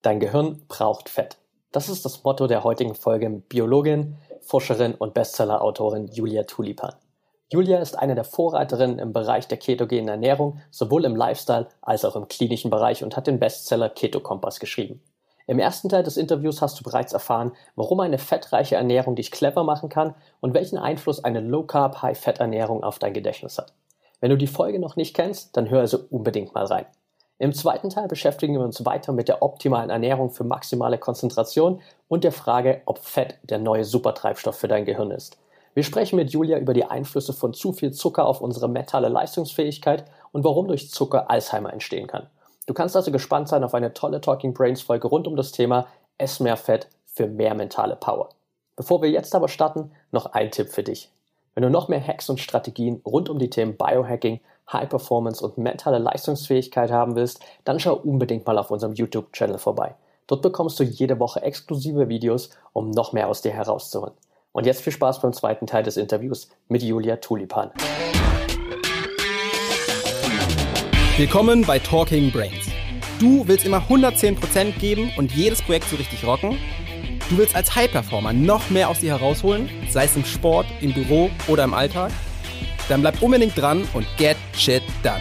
Dein Gehirn braucht Fett. Das ist das Motto der heutigen Folge mit Biologin, Forscherin und Bestseller-Autorin Julia Tulipan. Julia ist eine der Vorreiterinnen im Bereich der ketogenen Ernährung, sowohl im Lifestyle als auch im klinischen Bereich und hat den Bestseller Keto Kompass geschrieben. Im ersten Teil des Interviews hast du bereits erfahren, warum eine fettreiche Ernährung dich clever machen kann und welchen Einfluss eine Low-Carb, High-Fat-Ernährung auf dein Gedächtnis hat. Wenn du die Folge noch nicht kennst, dann hör also unbedingt mal rein. Im zweiten Teil beschäftigen wir uns weiter mit der optimalen Ernährung für maximale Konzentration und der Frage, ob Fett der neue Supertreibstoff für dein Gehirn ist. Wir sprechen mit Julia über die Einflüsse von zu viel Zucker auf unsere mentale Leistungsfähigkeit und warum durch Zucker Alzheimer entstehen kann. Du kannst also gespannt sein auf eine tolle Talking Brains Folge rund um das Thema Ess mehr Fett für mehr mentale Power. Bevor wir jetzt aber starten, noch ein Tipp für dich. Wenn du noch mehr Hacks und Strategien rund um die Themen Biohacking, High Performance und mentale Leistungsfähigkeit haben willst, dann schau unbedingt mal auf unserem YouTube-Channel vorbei. Dort bekommst du jede Woche exklusive Videos, um noch mehr aus dir herauszuholen. Und jetzt viel Spaß beim zweiten Teil des Interviews mit Julia Tulipan. Willkommen bei Talking Brains. Du willst immer 110% geben und jedes Projekt so richtig rocken? Du willst als High-Performer noch mehr aus dir herausholen, sei es im Sport, im Büro oder im Alltag? Dann bleib unbedingt dran und get shit done.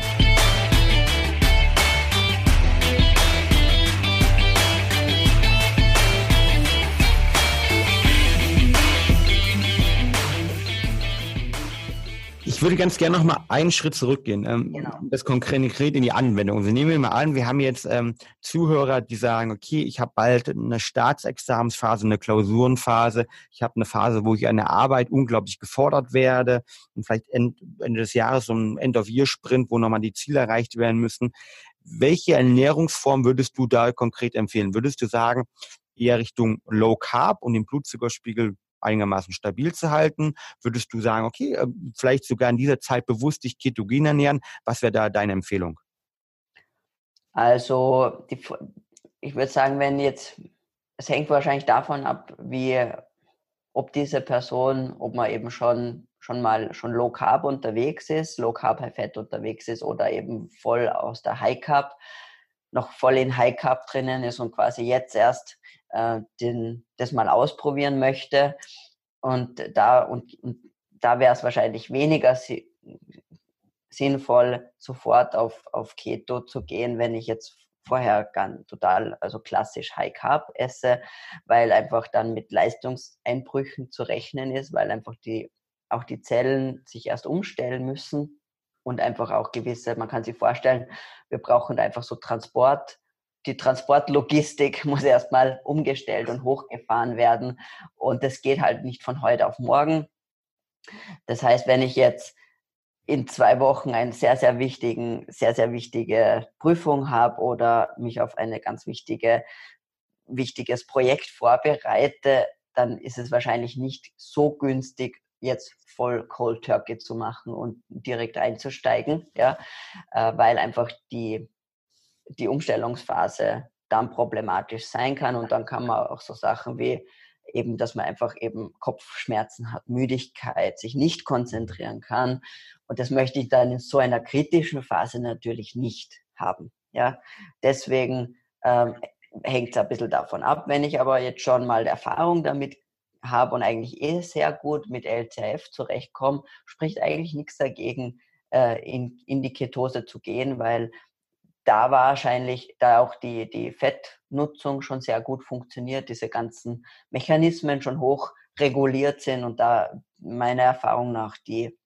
Ich würde ganz gerne noch mal einen Schritt zurückgehen, das konkret in die Anwendung. Also nehmen wir mal an, wir haben jetzt Zuhörer, die sagen, okay, ich habe bald eine Staatsexamensphase, eine Klausurenphase, ich habe eine Phase, wo ich an der Arbeit unglaublich gefordert werde und vielleicht Ende des Jahres so ein End-of-Year-Sprint, wo nochmal die Ziele erreicht werden müssen. Welche Ernährungsform würdest du da konkret empfehlen? Würdest du sagen, eher Richtung Low Carb und den Blutzuckerspiegel einigermaßen stabil zu halten? Würdest du sagen, okay, vielleicht sogar in dieser Zeit bewusst dich ketogen ernähren? Was wäre da deine Empfehlung? Also ich würde sagen, es hängt wahrscheinlich davon ab, ob diese Person, ob man eben schon Low Carb unterwegs ist, Low Carb High Fat unterwegs ist oder eben voll aus der High Carb, noch voll in High Carb drinnen ist und quasi jetzt erst das mal ausprobieren möchte. Und da wäre es wahrscheinlich weniger sinnvoll, sofort auf Keto zu gehen, wenn ich jetzt vorher also klassisch High Carb esse, weil einfach dann mit Leistungseinbrüchen zu rechnen ist, weil einfach auch die Zellen sich erst umstellen müssen und einfach auch man kann sich vorstellen, wir brauchen einfach so die Transportlogistik muss erstmal umgestellt und hochgefahren werden und das geht halt nicht von heute auf morgen. Das heißt, wenn ich jetzt in 2 Wochen eine sehr, sehr wichtige Prüfung habe oder mich auf eine ganz wichtiges Projekt vorbereite, dann ist es wahrscheinlich nicht so günstig, jetzt voll Cold Turkey zu machen und direkt einzusteigen, ja, weil einfach die Umstellungsphase dann problematisch sein kann und dann kann man auch so Sachen wie eben, dass man einfach eben Kopfschmerzen hat, Müdigkeit, sich nicht konzentrieren kann und das möchte ich dann in so einer kritischen Phase natürlich nicht haben, ja, deswegen hängt es ein bisschen davon ab. Wenn ich aber jetzt schon mal Erfahrung damit habe und eigentlich sehr gut mit LCHF zurechtkomme, spricht eigentlich nichts dagegen, in die Ketose zu gehen, weil da wahrscheinlich, da auch die Fettnutzung schon sehr gut funktioniert, diese ganzen Mechanismen schon hoch reguliert sind und da meiner Erfahrung nach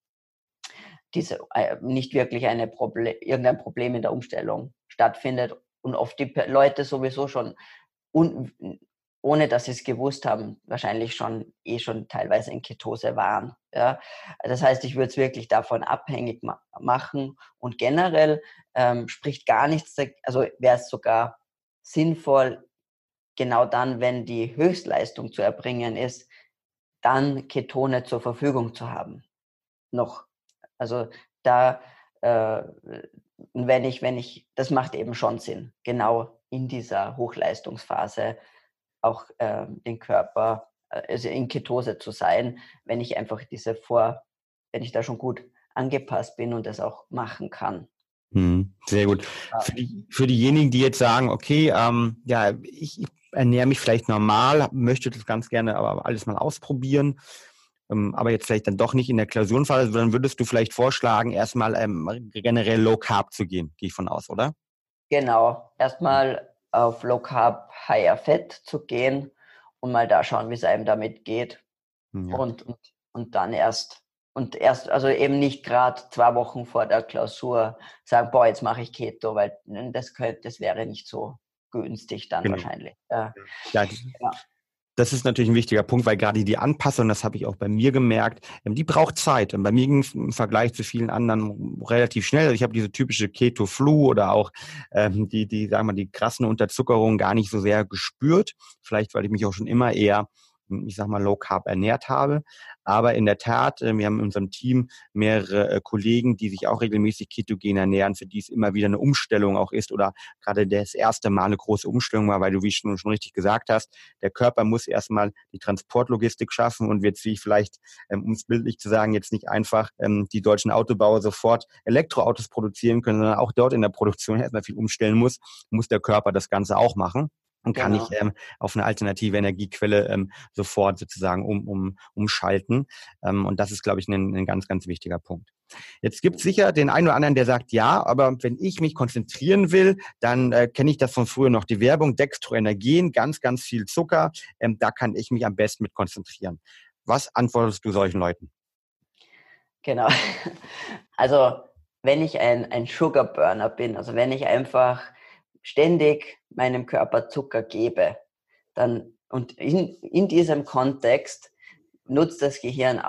nicht wirklich irgendein Problem in der Umstellung stattfindet und oft die Leute sowieso schon ohne dass sie es gewusst haben, wahrscheinlich schon teilweise in Ketose waren. Ja? Das heißt, ich würde es wirklich davon abhängig machen und generell spricht gar nichts, also wäre es sogar sinnvoll, genau dann, wenn die Höchstleistung zu erbringen ist, dann Ketone zur Verfügung zu haben. Noch. Also da, das macht eben schon Sinn, genau in dieser Hochleistungsphase auch den Körper, also in Ketose zu sein, wenn ich einfach wenn ich da schon gut angepasst bin und das auch machen kann. Sehr gut. Für diejenigen, die jetzt sagen, okay, ja, ich ernähre mich vielleicht normal, möchte das ganz gerne aber alles mal ausprobieren, aber jetzt vielleicht dann doch nicht in der Klausurenphase, dann würdest du vielleicht vorschlagen, erstmal generell Low Carb zu gehen, gehe ich von aus, oder? Genau, erstmal auf Low Carb, Higher Fett zu gehen und mal da schauen, wie es einem damit geht. Ja. Und dann erst, also eben nicht gerade 2 Wochen vor der Klausur sagen, boah, jetzt mache ich Keto, weil das wäre nicht so günstig dann Genau. wahrscheinlich. Ja, Ja. das ist natürlich ein wichtiger Punkt, weil gerade die Anpassung, das habe ich auch bei mir gemerkt, die braucht Zeit. Und bei mir ging es im Vergleich zu vielen anderen relativ schnell. Also ich habe diese typische Keto-Flu oder auch sagen wir, die krassen Unterzuckerungen gar nicht so sehr gespürt. Vielleicht, weil ich mich auch schon immer eher, ich sag mal, Low Carb ernährt habe. Aber in der Tat, wir haben in unserem Team mehrere Kollegen, die sich auch regelmäßig ketogen ernähren, für die es immer wieder eine Umstellung auch ist oder gerade das erste Mal eine große Umstellung war, weil du, wie schon richtig gesagt hast, der Körper muss erstmal die Transportlogistik schaffen und wird sich vielleicht, um es bildlich zu sagen, jetzt nicht einfach die deutschen Autobauer sofort Elektroautos produzieren können, sondern auch dort in der Produktion erstmal viel umstellen muss der Körper das Ganze auch machen. Und kann Genau. ich auf eine alternative Energiequelle sofort sozusagen umschalten. Und das ist, glaube ich, ein ganz, ganz wichtiger Punkt. Jetzt gibt es sicher den einen oder anderen, der sagt, ja, aber wenn ich mich konzentrieren will, dann kenne ich das von früher noch, die Werbung, Dextroenergien, ganz, ganz viel Zucker, da kann ich mich am besten mit konzentrieren. Was antwortest du solchen Leuten? Genau. Also wenn ich ein Sugar Burner bin, also wenn ich einfach ständig meinem Körper Zucker gebe, dann und in diesem Kontext nutzt das Gehirn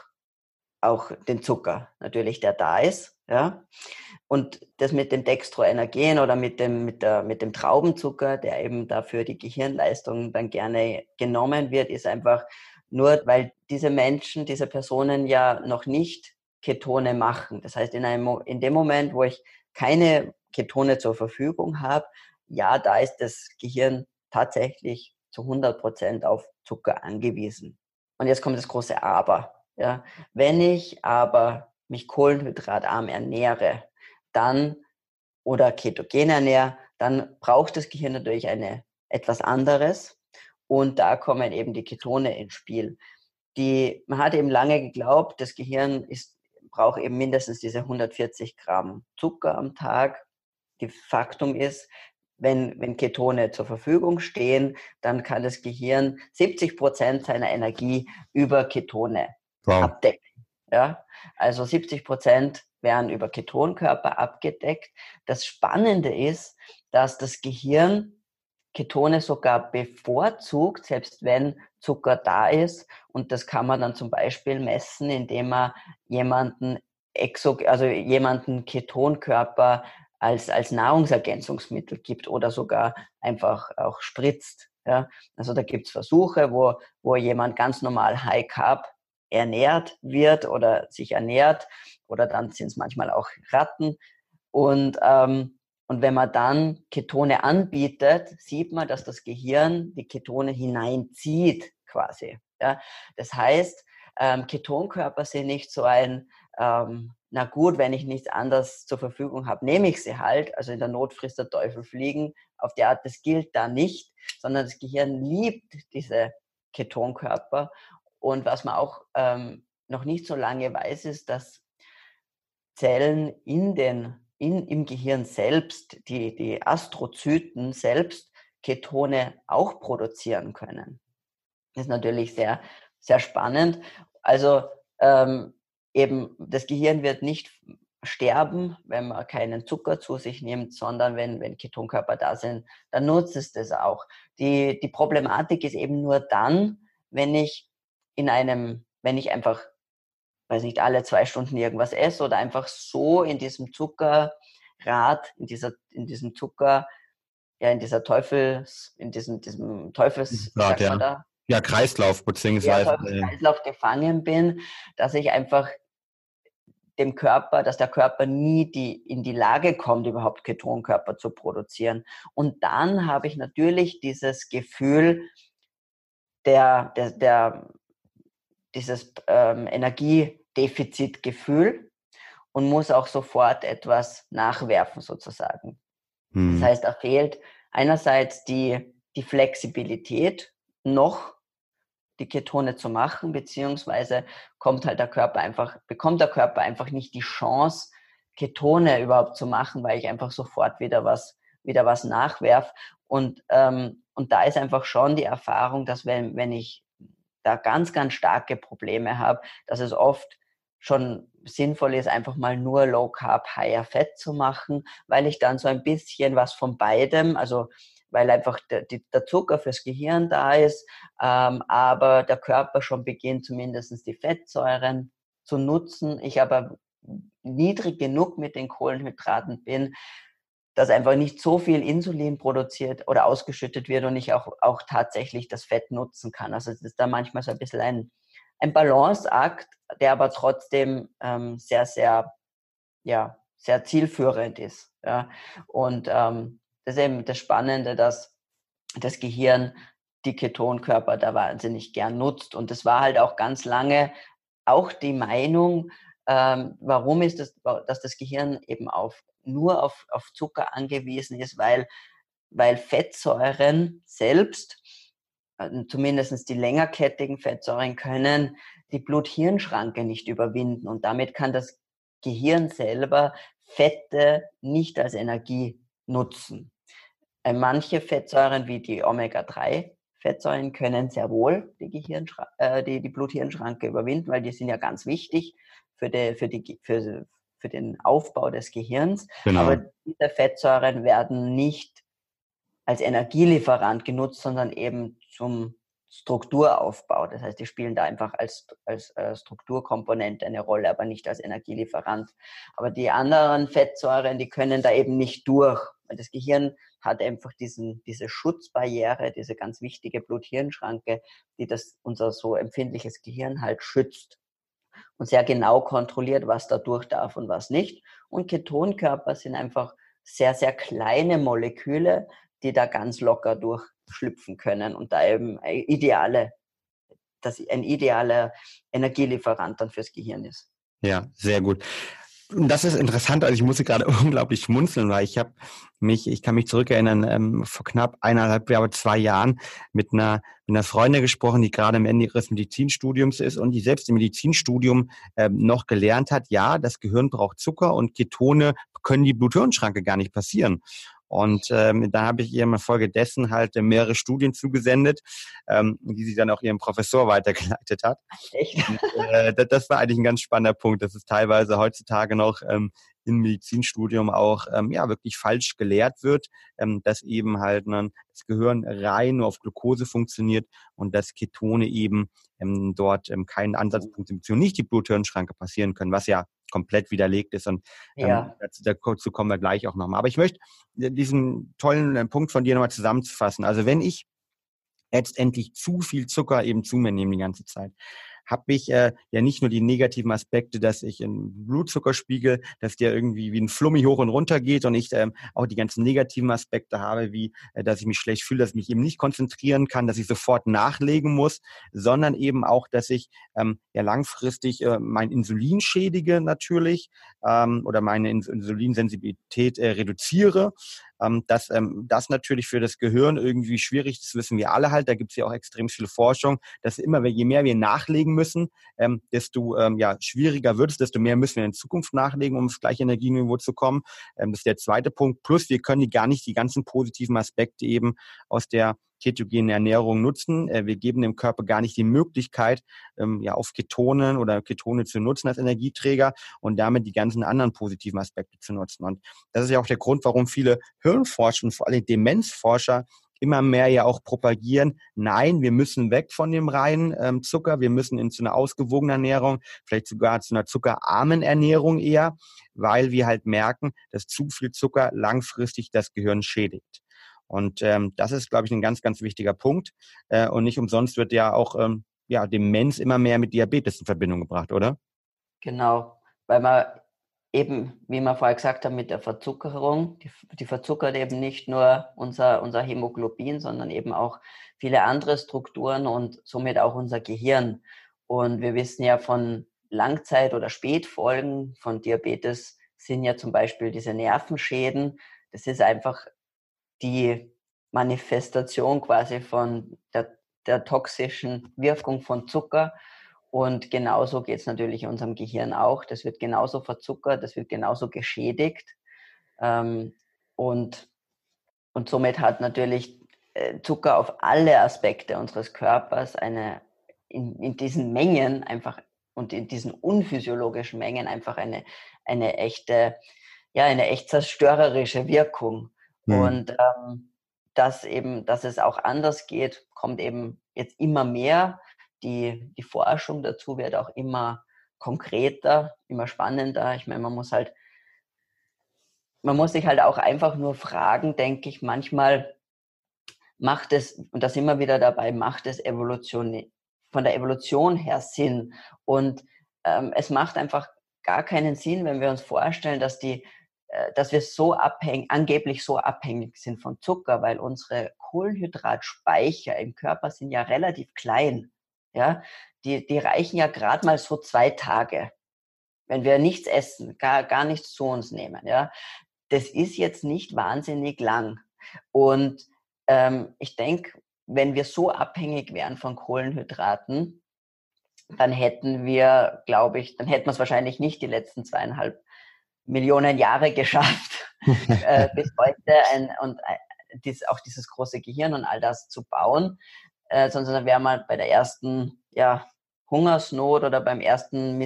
auch den Zucker natürlich, der da ist, ja. Und das mit dem Dextroenergen oder mit dem Traubenzucker, der eben dafür die Gehirnleistung dann gerne genommen wird, ist einfach nur, weil diese Personen ja noch nicht Ketone machen. Das heißt, in dem Moment, wo ich keine Ketone zur Verfügung habe, ja, da ist das Gehirn tatsächlich zu 100% auf Zucker angewiesen. Und jetzt kommt das große Aber. Ja, wenn ich aber mich kohlenhydratarm ernähre, dann oder ketogen ernähre, dann braucht das Gehirn natürlich etwas anderes und da kommen eben die Ketone ins Spiel. Man hat eben lange geglaubt, das Gehirn braucht eben mindestens diese 140 Gramm Zucker am Tag. Die Faktum ist, wenn Ketone zur Verfügung stehen, dann kann das Gehirn 70% seiner Energie über Ketone abdecken. Ja? Also 70% werden über Ketonkörper abgedeckt. Das Spannende ist, dass das Gehirn Ketone sogar bevorzugt, selbst wenn Zucker da ist. Und das kann man dann zum Beispiel messen, indem man jemanden Ketonkörper als Nahrungsergänzungsmittel gibt oder sogar einfach auch spritzt. Ja? Also da gibt es Versuche, wo jemand ganz normal High Carb ernährt wird oder sich ernährt oder dann sind es manchmal auch Ratten und wenn man dann Ketone anbietet, sieht man, dass das Gehirn die Ketone hineinzieht quasi. Ja? Das heißt, Ketonkörper sind nicht so na gut, wenn ich nichts anderes zur Verfügung habe, nehme ich sie halt. Also in der Not frisst der Teufel fliegen. Auf die Art, das gilt da nicht, sondern das Gehirn liebt diese Ketonkörper. Und was man auch noch nicht so lange weiß, ist, dass Zellen im Gehirn selbst, die Astrozyten selbst, Ketone auch produzieren können. Das ist natürlich sehr, sehr spannend. Also eben das Gehirn wird nicht sterben, wenn man keinen Zucker zu sich nimmt, sondern wenn Ketonkörper da sind, dann nutzt es das auch. Die Problematik ist eben nur dann, wenn ich einfach, weiß nicht, alle 2 Stunden irgendwas esse oder einfach so in diesem Zuckerrad, in diesem Zucker, ja, in diesem Teufels, wie sagt man da? Ja, Kreislauf Ja, beziehungsweise. Teufelskreislauf gefangen bin, dass ich einfach dass der Körper nie in die Lage kommt, überhaupt Ketonkörper zu produzieren. Und dann habe ich natürlich dieses Gefühl dieses Energiedefizitgefühl. und muss auch sofort etwas nachwerfen sozusagen. Das heißt, da fehlt einerseits die Flexibilität, noch die Ketone zu machen, beziehungsweise bekommt der Körper einfach nicht die Chance, Ketone überhaupt zu machen, weil ich einfach sofort wieder was nachwerf. Und da ist einfach schon die Erfahrung, dass wenn ich da ganz, ganz starke Probleme habe, dass es oft schon sinnvoll ist, einfach mal nur Low Carb, Higher Fat zu machen, weil ich dann so ein bisschen was von beidem, also weil einfach der Zucker fürs Gehirn da ist, aber der Körper schon beginnt, zumindest die Fettsäuren zu nutzen. Ich aber niedrig genug mit den Kohlenhydraten bin, dass einfach nicht so viel Insulin produziert oder ausgeschüttet wird und ich auch tatsächlich das Fett nutzen kann. Also es ist da manchmal so ein bisschen ein Balanceakt, der aber trotzdem sehr, sehr, ja, sehr zielführend ist. Ja. Und das ist eben das Spannende, dass das Gehirn die Ketonkörper da wahnsinnig gern nutzt. Und das war halt auch ganz lange auch die Meinung, warum ist das, dass das Gehirn eben nur auf Zucker angewiesen ist, weil Fettsäuren selbst, zumindest die längerkettigen Fettsäuren, können die Blut-Hirn-Schranke nicht überwinden. Und damit kann das Gehirn selber Fette nicht als Energie nutzen. Manche Fettsäuren wie die Omega-3-Fettsäuren können sehr wohl die Blut-Hirn-Schranke überwinden, weil die sind ja ganz wichtig für den Aufbau des Gehirns. Genau. Aber diese Fettsäuren werden nicht als Energielieferant genutzt, sondern eben zum Strukturaufbau. Das heißt, die spielen da einfach als Strukturkomponente eine Rolle, aber nicht als Energielieferant. Aber die anderen Fettsäuren, die können da eben nicht durch, weil das Gehirn hat einfach diese Schutzbarriere, diese ganz wichtige Blut-Hirn-Schranke, die unser so empfindliches Gehirn halt schützt und sehr genau kontrolliert, was da durch darf und was nicht. Und Ketonkörper sind einfach sehr, sehr kleine Moleküle, die da ganz locker durchschlüpfen können und da eben ein idealer Energielieferant dann fürs Gehirn ist. Ja, sehr gut. Und das ist interessant, also ich musste gerade unglaublich schmunzeln, weil ich kann mich zurückerinnern, vor knapp 2 Jahren mit einer Freundin gesprochen, die gerade am Ende ihres Medizinstudiums ist und die selbst im Medizinstudium noch gelernt hat, ja, das Gehirn braucht Zucker und Ketone können die Blut-Hirn-Schranke gar nicht passieren. Und da habe ich ihr in Folge dessen halt mehrere Studien zugesendet, die sie dann auch ihrem Professor weitergeleitet hat. Echt? Und, das war eigentlich ein ganz spannender Punkt, dass es teilweise heutzutage noch im Medizinstudium auch wirklich falsch gelehrt wird, dass eben halt das Gehirn rein nur auf Glucose funktioniert und dass Ketone eben dort keinen Ansatzpunkt sind, beziehungsweise nicht die Blut-Hirn-Schranke passieren können, was ja komplett widerlegt ist und dazu kommen wir gleich auch nochmal. Aber ich möchte diesen tollen Punkt von dir nochmal zusammenzufassen. Also wenn ich letztendlich zu viel Zucker eben zu mir nehme die ganze Zeit, habe ich ja nicht nur die negativen Aspekte, dass ich einen Blutzuckerspiegel, dass der irgendwie wie ein Flummi hoch und runter geht und ich auch die ganzen negativen Aspekte habe, wie dass ich mich schlecht fühle, dass ich mich eben nicht konzentrieren kann, dass ich sofort nachlegen muss, sondern eben auch, dass ich langfristig mein Insulin schädige natürlich oder meine Insulinsensibilität reduziere. Dass das natürlich für das Gehirn irgendwie schwierig ist, das wissen wir alle halt. Da gibt es ja auch extrem viele Forschung, dass je mehr wir nachlegen müssen, desto schwieriger wird es, desto mehr müssen wir in Zukunft nachlegen, um aufs gleiche Energieniveau zu kommen. Das ist der zweite Punkt. Plus wir können gar nicht die ganzen positiven Aspekte eben aus der ketogene Ernährung nutzen. Wir geben dem Körper gar nicht die Möglichkeit, auf Ketonen oder Ketone zu nutzen als Energieträger und damit die ganzen anderen positiven Aspekte zu nutzen. Und das ist ja auch der Grund, warum viele Hirnforscher und vor allem Demenzforscher immer mehr ja auch propagieren, nein, wir müssen weg von dem reinen Zucker, wir müssen zu einer ausgewogenen Ernährung, vielleicht sogar zu einer zuckerarmen Ernährung eher, weil wir halt merken, dass zu viel Zucker langfristig das Gehirn schädigt. Und das ist, glaube ich, ein ganz, ganz wichtiger Punkt. Und nicht umsonst wird ja auch Demenz immer mehr mit Diabetes in Verbindung gebracht, oder? Genau, weil man eben, wie wir vorher gesagt haben, mit der Verzuckerung, die verzuckert eben nicht nur unser Hämoglobin, sondern eben auch viele andere Strukturen und somit auch unser Gehirn. Und wir wissen ja von Langzeit- oder Spätfolgen von Diabetes sind ja zum Beispiel diese Nervenschäden. Das ist einfach die Manifestation quasi von der toxischen Wirkung von Zucker. Und genauso geht es natürlich unserem Gehirn auch. Das wird genauso verzuckert, das wird genauso geschädigt. Und somit hat natürlich Zucker auf alle Aspekte unseres Körpers in diesen Mengen einfach und in diesen unphysiologischen Mengen einfach eine echt zerstörerische Wirkung. Und dass es auch anders geht, kommt eben jetzt immer mehr. Die Forschung dazu wird auch immer konkreter, immer spannender. Ich meine, man muss sich halt auch einfach nur fragen, denke ich, manchmal macht es, und da sind wir wieder dabei, macht es von der Evolution her Sinn. Und es macht einfach gar keinen Sinn, wenn wir uns vorstellen, dass wir angeblich so abhängig sind von Zucker, weil unsere Kohlenhydratspeicher im Körper sind ja relativ klein. Ja? Die reichen ja gerade mal so 2 Tage, wenn wir nichts essen, gar nichts zu uns nehmen. Ja? Das ist jetzt nicht wahnsinnig lang. Und ich denke, wenn wir so abhängig wären von Kohlenhydraten, dann hätten wir es wahrscheinlich nicht die letzten 2,5 Millionen Jahre geschafft, bis heute auch dieses große Gehirn und all das zu bauen. Sondern wären wir bei der ersten Hungersnot oder beim ersten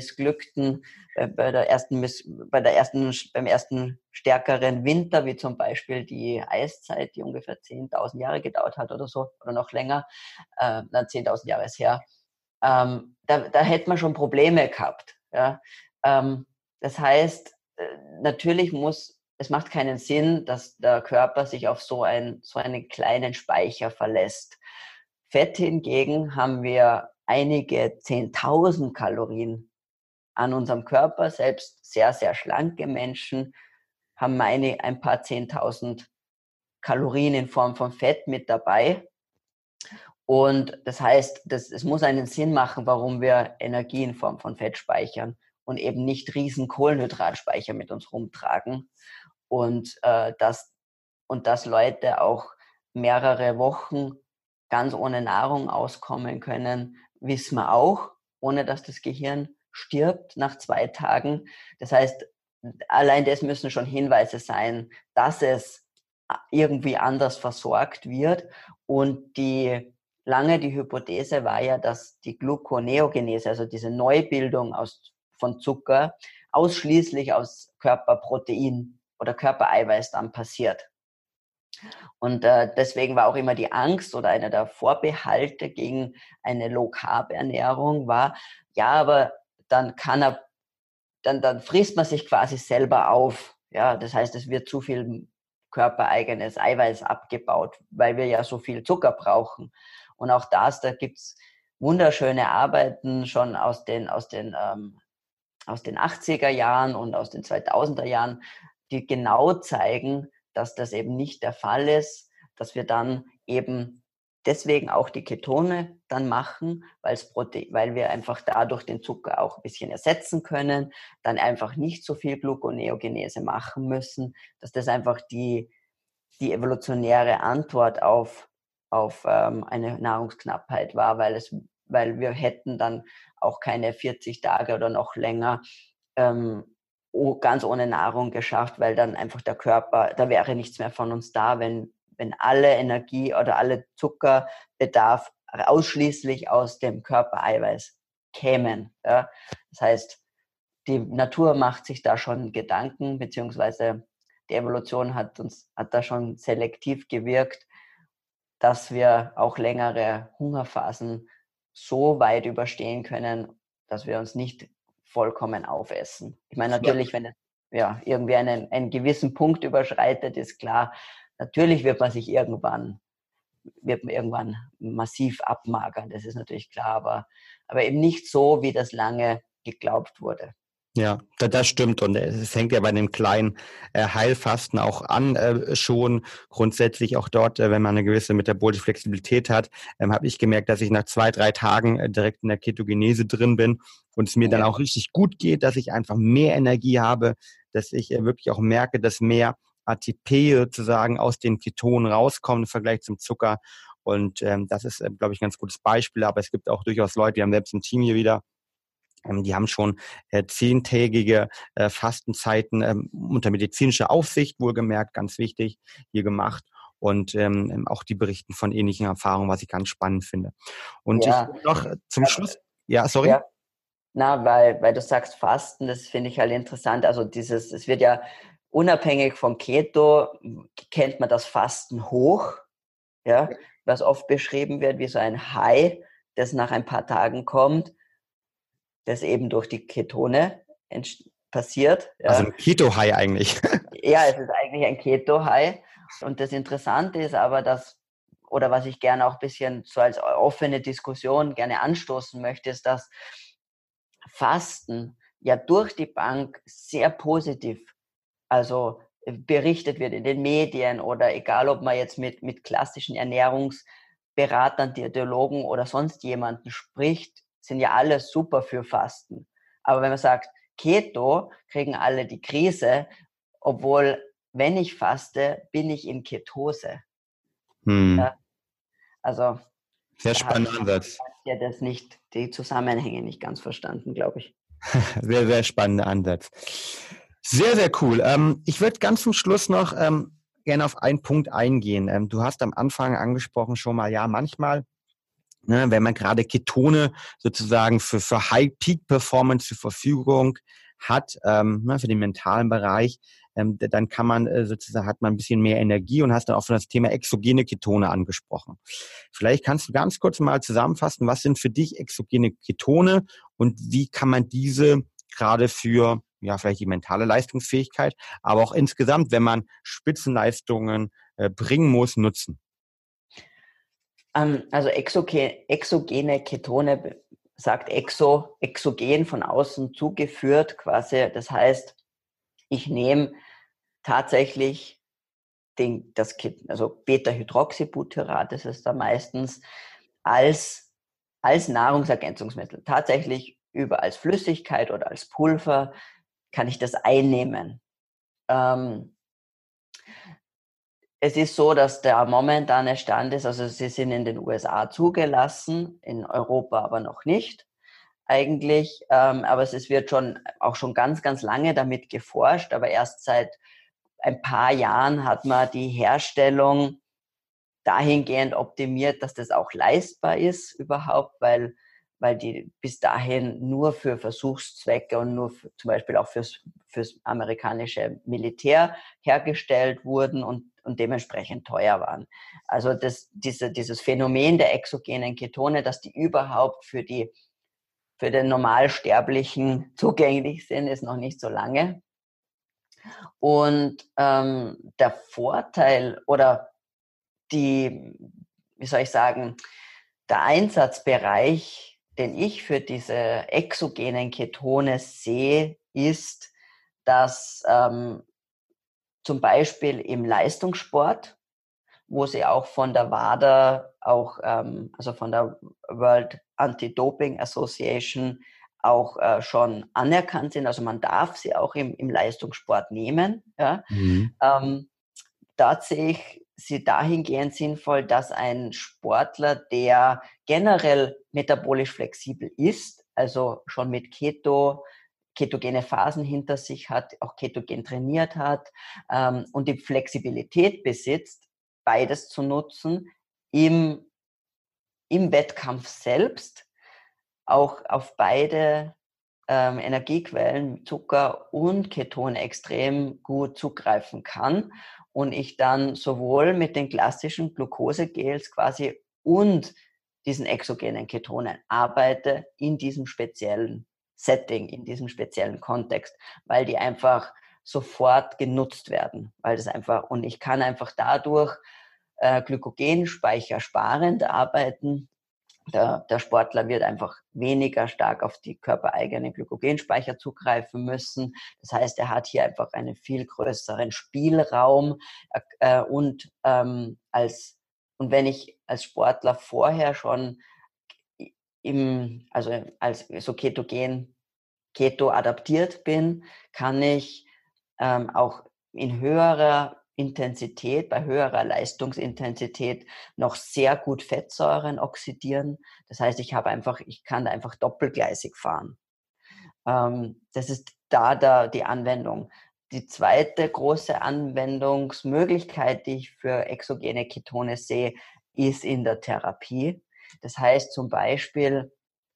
beim ersten stärkeren Winter, wie zum Beispiel die Eiszeit, die ungefähr 10.000 Jahre gedauert hat oder so, oder noch länger, 10.000 Jahre ist her, da hätte man schon Probleme gehabt. Ja? Das heißt, natürlich es macht keinen Sinn, dass der Körper sich auf so einen kleinen Speicher verlässt. Fett hingegen haben wir einige 10.000 Kalorien an unserem Körper. Selbst sehr, sehr schlanke Menschen haben ein paar 10.000 Kalorien in Form von Fett mit dabei. Und das heißt, es muss einen Sinn machen, warum wir Energie in Form von Fett speichern und eben nicht riesen Kohlenhydratspeicher mit uns rumtragen. Und dass Leute auch mehrere Wochen ganz ohne Nahrung auskommen können, wissen wir auch, ohne dass das Gehirn stirbt nach 2 Tagen. Das heißt, allein das müssen schon Hinweise sein, dass es irgendwie anders versorgt wird. Und die Hypothese war ja, dass die Gluconeogenese, also diese Neubildung von Zucker, ausschließlich aus Körperprotein oder Körpereiweiß dann passiert. Und deswegen war auch immer die Angst oder einer der Vorbehalte gegen eine Low-Carb-Ernährung war, ja, aber dann dann frisst man sich quasi selber auf. Ja, das heißt, es wird zu viel körpereigenes Eiweiß abgebaut, weil wir ja so viel Zucker brauchen. Und auch da gibt's wunderschöne Arbeiten schon aus den 80er Jahren und aus den 2000er Jahren, die genau zeigen, dass das eben nicht der Fall ist, dass wir dann eben deswegen auch die Ketone dann machen, weil wir einfach dadurch den Zucker auch ein bisschen ersetzen können, dann einfach nicht so viel Gluconeogenese machen müssen, dass das einfach die evolutionäre Antwort auf eine Nahrungsknappheit war, weil wir hätten dann auch keine 40 Tage oder noch länger ganz ohne Nahrung geschafft, weil dann einfach der Körper, da wäre nichts mehr von uns da, wenn alle Energie oder alle Zuckerbedarf ausschließlich aus dem Körpereiweiß kämen. Ja? Das heißt, die Natur macht sich da schon Gedanken, beziehungsweise die Evolution hat da schon selektiv gewirkt, dass wir auch längere Hungerphasen so weit überstehen können, dass wir uns nicht vollkommen aufessen. Ich meine, natürlich, wenn es irgendwie einen gewissen Punkt überschreitet, ist klar, natürlich wird man irgendwann massiv abmagern, das ist natürlich klar, aber eben nicht so, wie das lange geglaubt wurde. Ja, das stimmt. Und es fängt ja bei dem kleinen Heilfasten auch an, schon grundsätzlich auch dort, wenn man eine gewisse metabolische Flexibilität hat, habe ich gemerkt, dass ich nach 2, 3 Tagen direkt in der Ketogenese drin bin und es mir dann auch richtig gut geht, dass ich einfach mehr Energie habe, dass ich wirklich auch merke, dass mehr ATP sozusagen aus den Ketonen rauskommt im Vergleich zum Zucker. Und das ist, glaube ich, ein ganz gutes Beispiel. Aber es gibt auch durchaus Leute, wir haben selbst im Team hier wieder, die haben schon 10-tägige Fastenzeiten unter medizinischer Aufsicht, wohlgemerkt, ganz wichtig, hier gemacht. Und auch die berichten von ähnlichen Erfahrungen, was ich ganz spannend finde. Und ich noch zum Schluss, ja, sorry. Ja. Na, weil du sagst Fasten, das finde ich halt interessant. Also es wird ja unabhängig vom Keto, kennt man das Fasten hoch, ja, was oft beschrieben wird wie so ein High, das nach ein paar Tagen kommt, das eben durch die Ketone passiert. Ja. Also ein Keto-High eigentlich. Ja, es ist eigentlich ein Keto-High. Und das Interessante ist aber, oder was ich gerne auch ein bisschen so als offene Diskussion gerne anstoßen möchte, ist, dass Fasten ja durch die Bank sehr positiv, also berichtet wird in den Medien oder egal, ob man jetzt mit klassischen Ernährungsberatern, Diätologen oder sonst jemanden spricht, sind ja alle super für Fasten. Aber wenn man sagt, Keto, kriegen alle die Krise, obwohl, wenn ich faste, bin ich in Ketose. Ja, also sehr spannender Ansatz. Ja, das nicht, die Zusammenhänge nicht ganz verstanden, glaube ich. Sehr, sehr spannender Ansatz. Sehr, sehr cool. Ich würde ganz zum Schluss noch gerne auf einen Punkt eingehen. Du hast am Anfang angesprochen schon mal, ja, manchmal, ne, wenn man gerade Ketone sozusagen für High-Peak-Performance zur Verfügung hat, für den mentalen Bereich, dann kann man sozusagen, hat man ein bisschen mehr Energie und hast dann auch schon das Thema exogene Ketone angesprochen. Vielleicht kannst du ganz kurz mal zusammenfassen, was sind für dich exogene Ketone und wie kann man diese gerade für, ja, vielleicht die mentale Leistungsfähigkeit, aber auch insgesamt, wenn man Spitzenleistungen bringen muss, nutzen? Also exogene Ketone sagt exogen von außen zugeführt quasi. Das heißt, ich nehme tatsächlich also Beta-Hydroxybutyrat, das ist da meistens als Nahrungsergänzungsmittel. Tatsächlich als Flüssigkeit oder als Pulver kann ich das einnehmen. Es ist so, dass der momentane Stand ist, also sie sind in den USA zugelassen, in Europa aber noch nicht eigentlich. Aber es wird schon ganz, ganz lange damit geforscht, aber erst seit ein paar Jahren hat man die Herstellung dahingehend optimiert, dass das auch leistbar ist überhaupt, weil die bis dahin nur für Versuchszwecke und nur zum Beispiel auch fürs amerikanische Militär hergestellt wurden und dementsprechend teuer waren. Also dieses Phänomen der exogenen Ketone, dass die überhaupt für den Normalsterblichen zugänglich sind, ist noch nicht so lange. Und der Vorteil oder wie soll ich sagen, der Einsatzbereich, den ich für diese exogenen Ketone sehe, ist, dass zum Beispiel im Leistungssport, wo sie auch von der WADA, also von der World Anti-Doping Association, auch schon anerkannt sind. Also man darf sie auch im Leistungssport nehmen. Ja. Da sehe ich sie dahingehend sinnvoll, dass ein Sportler, der generell metabolisch flexibel ist, also schon mit ketogene Phasen hinter sich hat, auch ketogen trainiert hat und die Flexibilität besitzt, beides zu nutzen, im Wettkampf selbst auch auf beide Energiequellen, Zucker und Ketone, extrem gut zugreifen kann und ich dann sowohl mit den klassischen Glukosegels quasi und diesen exogenen Ketonen arbeite in diesem speziellen Setting, in diesem speziellen Kontext, weil die einfach sofort genutzt werden, und ich kann einfach dadurch glykogenspeichersparend arbeiten, Der Sportler wird einfach weniger stark auf die körpereigenen Glykogenspeicher zugreifen müssen. Das heißt, er hat hier einfach einen viel größeren Spielraum. Und wenn ich als Sportler vorher schon als so Keto adaptiert bin, kann ich auch in höherer Intensität, bei höherer Leistungsintensität noch sehr gut Fettsäuren oxidieren. Das heißt, ich kann einfach doppelgleisig fahren. Das ist da die Anwendung. Die zweite große Anwendungsmöglichkeit, die ich für exogene Ketone sehe, ist in der Therapie. Das heißt zum Beispiel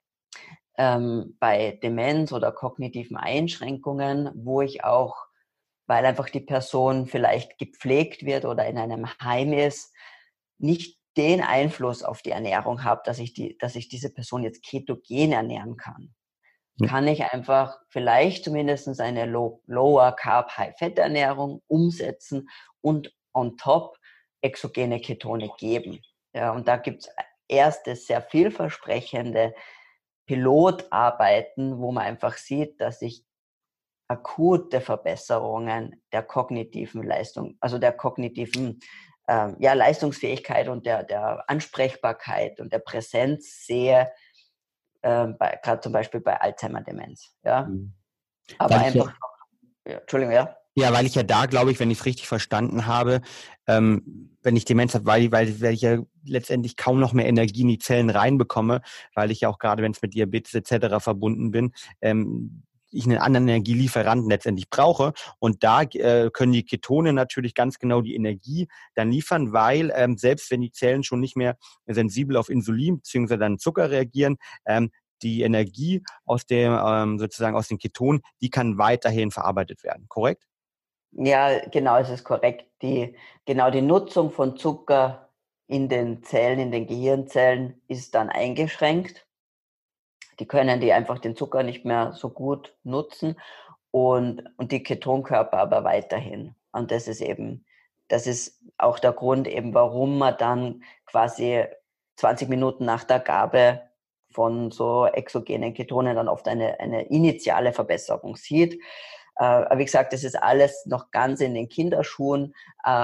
bei Demenz oder kognitiven Einschränkungen, wo ich auch, weil einfach die Person vielleicht gepflegt wird oder in einem Heim ist, nicht den Einfluss auf die Ernährung habe, dass ich diese Person jetzt ketogen ernähren kann. Kann ich einfach vielleicht zumindest eine Lower Carb, High Fett Ernährung umsetzen und on top exogene Ketone geben. Ja, und da gibt es erste sehr vielversprechende Pilotarbeiten, wo man einfach sieht, dass ich akute Verbesserungen der kognitiven Leistung, also der kognitiven Leistungsfähigkeit und der Ansprechbarkeit und der Präsenz sehe, gerade zum Beispiel bei Alzheimer-Demenz. Ja? Aber einfach, Entschuldigung, ja. Ja, weil ich ja da, glaube ich, wenn ich es richtig verstanden habe, wenn ich Demenz habe, weil ich ja letztendlich kaum noch mehr Energie in die Zellen reinbekomme, weil ich ja auch gerade, wenn es mit Diabetes etc. verbunden bin, ich einen anderen Energielieferanten letztendlich brauche. Und da können die Ketone natürlich ganz genau die Energie dann liefern, weil selbst wenn die Zellen schon nicht mehr sensibel auf Insulin bzw. dann Zucker reagieren, die Energie aus dem sozusagen aus den Ketonen, die kann weiterhin verarbeitet werden. Korrekt? Ja, genau, es ist korrekt. Die Nutzung von Zucker in den Zellen, in den Gehirnzellen ist dann eingeschränkt. Die können einfach den Zucker nicht mehr so gut nutzen und die Ketonkörper aber weiterhin. Und das ist auch der Grund eben, warum man dann quasi 20 Minuten nach der Gabe von so exogenen Ketonen dann oft eine initiale Verbesserung sieht. Aber wie gesagt, das ist alles noch ganz in den Kinderschuhen.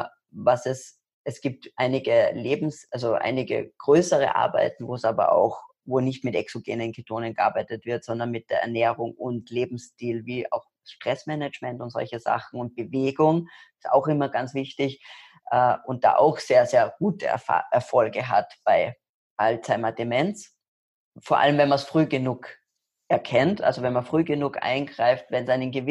Es gibt einige einige größere Arbeiten, wo nicht mit exogenen Ketonen gearbeitet wird, sondern mit der Ernährung und Lebensstil, wie auch Stressmanagement und solche Sachen und Bewegung ist auch immer ganz wichtig und da auch sehr, sehr gute Erfolge hat bei Alzheimer-Demenz. Vor allem, wenn man es früh genug erkennt, also wenn man früh genug eingreift, wenn es einem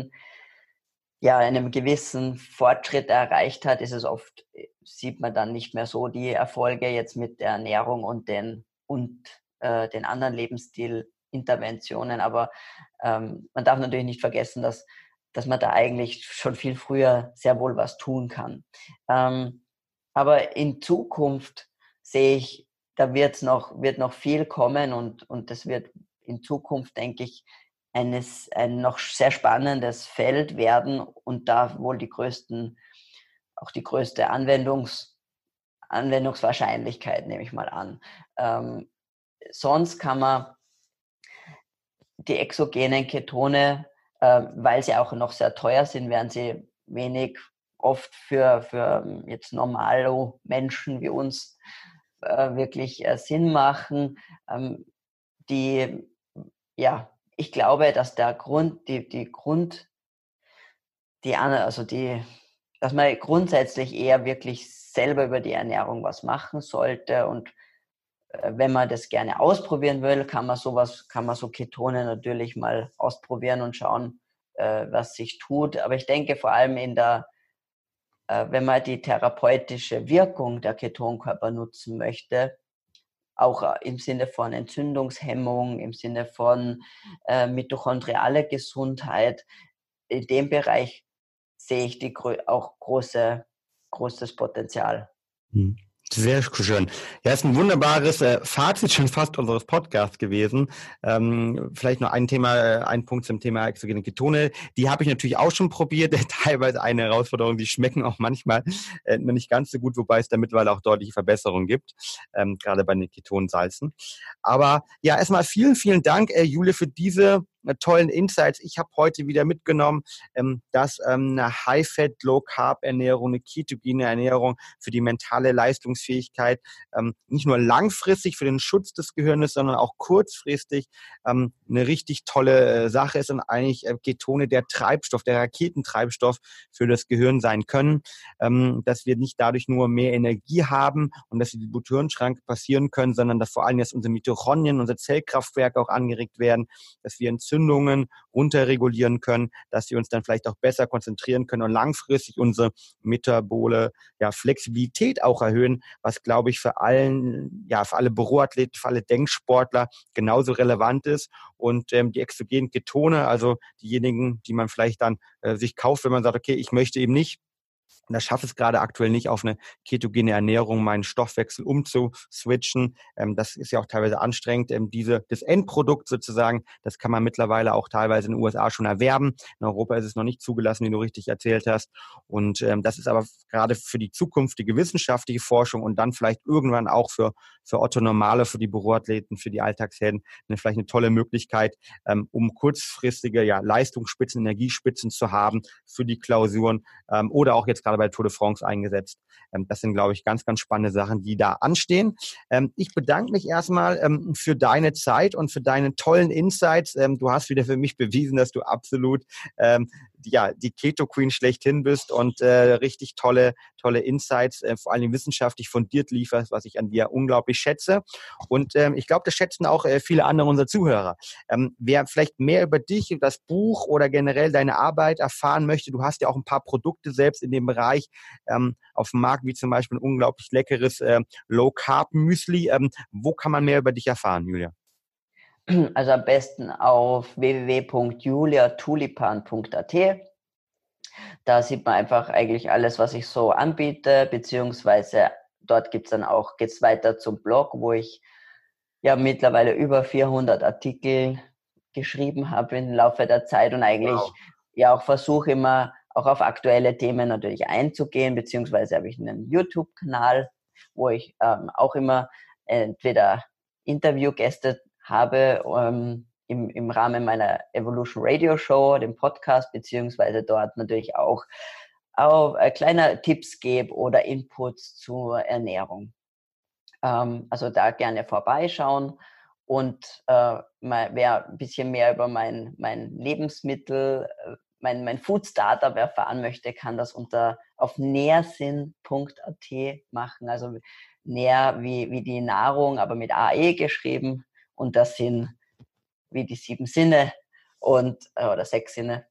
gewissen Fortschritt erreicht hat, sieht man dann nicht mehr so die Erfolge jetzt mit der Ernährung und den anderen Lebensstilinterventionen. Aber man darf natürlich nicht vergessen, dass man da eigentlich schon viel früher sehr wohl was tun kann. Aber in Zukunft sehe ich, da wird noch viel kommen und das wird in Zukunft, denke ich, ein noch sehr spannendes Feld werden und da wohl die größte Anwendungswahrscheinlichkeit, nehme ich mal an. Sonst kann man die exogenen Ketone, weil sie auch noch sehr teuer sind, werden sie wenig oft für jetzt normale Menschen wie uns wirklich Sinn machen. Ich glaube, dass dass man grundsätzlich eher wirklich selber über die Ernährung was machen sollte und wenn man das gerne ausprobieren will, kann man so Ketone natürlich mal ausprobieren und schauen, was sich tut. Aber ich denke vor allem wenn man die therapeutische Wirkung der Ketonkörper nutzen möchte, auch im Sinne von Entzündungshemmung, im Sinne von mitochondriale Gesundheit, in dem Bereich sehe ich auch großes Potenzial. Sehr schön. Ja, ist ein wunderbares Fazit schon fast unseres Podcasts gewesen. Vielleicht noch ein Punkt zum Thema exogene Ketone. Die habe ich natürlich auch schon probiert. Teilweise eine Herausforderung. Die schmecken auch manchmal nicht ganz so gut, wobei es da mittlerweile auch deutliche Verbesserungen gibt, gerade bei den Ketonsalzen. Aber ja, erstmal vielen, vielen Dank, Julia, für diese tollen Insights. Ich habe heute wieder mitgenommen, dass eine High-Fat, Low-Carb-Ernährung, eine ketogene Ernährung für die mentale Leistungsfähigkeit nicht nur langfristig für den Schutz des Gehirns, sondern auch kurzfristig eine richtig tolle Sache ist und eigentlich Ketone der Treibstoff, der Raketentreibstoff für das Gehirn sein können, dass wir nicht dadurch nur mehr Energie haben und dass die Blut-Hirn-Schranke passieren können, sondern dass vor allem jetzt unsere Mitochondrien, unsere Zellkraftwerke auch angeregt werden, dass wir Entzündungen runterregulieren können, dass wir uns dann vielleicht auch besser konzentrieren können und langfristig unsere metabole Flexibilität auch erhöhen, was, glaube ich, für alle Büroathleten, für alle Denksportler genauso relevant ist. Und die exogenen Ketone, also diejenigen, die man vielleicht dann sich kauft, wenn man sagt, okay, ich möchte eben nicht, und das schaffe es gerade aktuell nicht, auf eine ketogene Ernährung meinen Stoffwechsel umzuswitchen. Das ist ja auch teilweise anstrengend. Das Endprodukt sozusagen, das kann man mittlerweile auch teilweise in den USA schon erwerben. In Europa ist es noch nicht zugelassen, wie du richtig erzählt hast. Und das ist aber gerade für die zukünftige wissenschaftliche Forschung und dann vielleicht irgendwann auch für Otto Normale, für die Büroathleten, für die Alltagshelden, vielleicht eine tolle Möglichkeit, um kurzfristige Leistungsspitzen, Energiespitzen zu haben für die Klausuren oder auch jetzt gerade bei Tour de France eingesetzt. Das sind, glaube ich, ganz, ganz spannende Sachen, die da anstehen. Ich bedanke mich erstmal für deine Zeit und für deine tollen Insights. Du hast wieder für mich bewiesen, dass du absolut die Keto Queen schlechthin bist und richtig tolle Insights, vor allem wissenschaftlich fundiert lieferst, was ich an dir unglaublich schätze. Und ich glaube, das schätzen auch viele andere unserer Zuhörer. Wer vielleicht mehr über dich, über das Buch oder generell deine Arbeit erfahren möchte, du hast ja auch ein paar Produkte selbst in dem Bereich auf dem Markt, wie zum Beispiel ein unglaublich leckeres Low-Carb-Müsli. Wo kann man mehr über dich erfahren, Julia? Also am besten auf www.juliatulipan.at. Da sieht man einfach eigentlich alles, was ich so anbiete, beziehungsweise dort geht's weiter zum Blog, wo ich ja mittlerweile über 400 Artikel geschrieben habe im Laufe der Zeit und eigentlich auch versuche immer auch auf aktuelle Themen natürlich einzugehen, beziehungsweise habe ich einen YouTube-Kanal, wo ich auch immer entweder Interviewgäste habe im Rahmen meiner Evolution Radio Show, dem Podcast, beziehungsweise dort natürlich auch kleine Tipps gebe oder Inputs zur Ernährung. Also da gerne vorbeischauen und wer ein bisschen mehr über mein Lebensmittel, mein Food Startup erfahren möchte, kann das auf nährsinn.at machen. Also nähr wie die Nahrung, aber mit AE geschrieben. Und das sind wie die 7 Sinne oder 6 Sinne.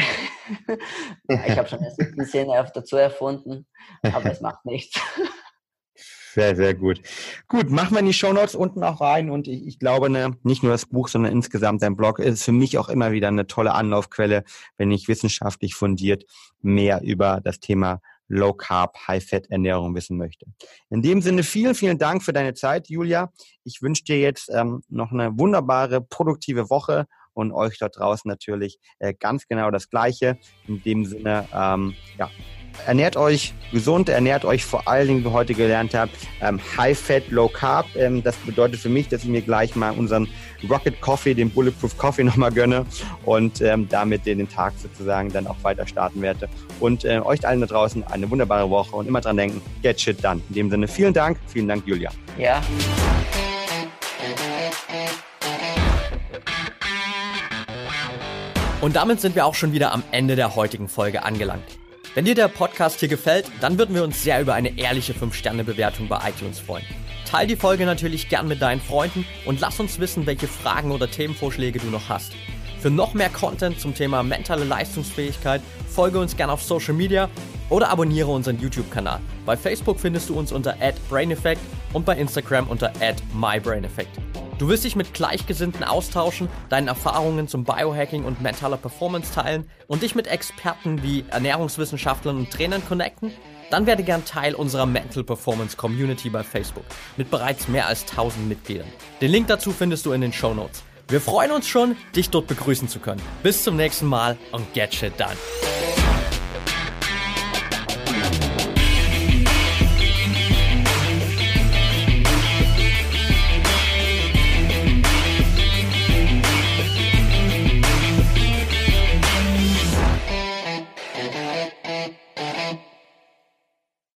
Ich habe schon 7 Sinne dazu erfunden, aber es macht nichts. Sehr, sehr gut. Gut, machen wir in die Shownotes unten auch rein und ich glaube, nicht nur das Buch, sondern insgesamt dein Blog ist für mich auch immer wieder eine tolle Anlaufquelle, wenn ich wissenschaftlich fundiert mehr über das Thema Low Carb, High Fat Ernährung wissen möchte. In dem Sinne vielen, vielen Dank für deine Zeit, Julia. Ich wünsche dir jetzt noch eine wunderbare, produktive Woche und euch dort draußen natürlich ganz genau das Gleiche. In dem Sinne, ernährt euch gesund, ernährt euch vor allen Dingen, wie wir heute gelernt haben, High Fat, Low Carb. Das bedeutet für mich, dass ich mir gleich mal unseren Rocket Coffee, den Bulletproof Coffee nochmal gönne und damit den Tag sozusagen dann auch weiter starten werde. Und euch allen da draußen eine wunderbare Woche und immer dran denken, get shit done. In dem Sinne, vielen Dank, Julia. Ja. Und damit sind wir auch schon wieder am Ende der heutigen Folge angelangt. Wenn dir der Podcast hier gefällt, dann würden wir uns sehr über eine ehrliche 5-Sterne-Bewertung bei iTunes freuen. Teil die Folge natürlich gern mit deinen Freunden und lass uns wissen, welche Fragen oder Themenvorschläge du noch hast. Für noch mehr Content zum Thema mentale Leistungsfähigkeit folge uns gern auf Social Media oder abonniere unseren YouTube-Kanal. Bei Facebook findest du uns unter @braineffect und bei Instagram unter @mybraineffect. Du willst dich mit Gleichgesinnten austauschen, deine Erfahrungen zum Biohacking und mentaler Performance teilen und dich mit Experten wie Ernährungswissenschaftlern und Trainern connecten? Dann werde gern Teil unserer Mental Performance Community bei Facebook mit bereits mehr als 1000 Mitgliedern. Den Link dazu findest du in den Shownotes. Wir freuen uns schon, dich dort begrüßen zu können. Bis zum nächsten Mal und get shit done.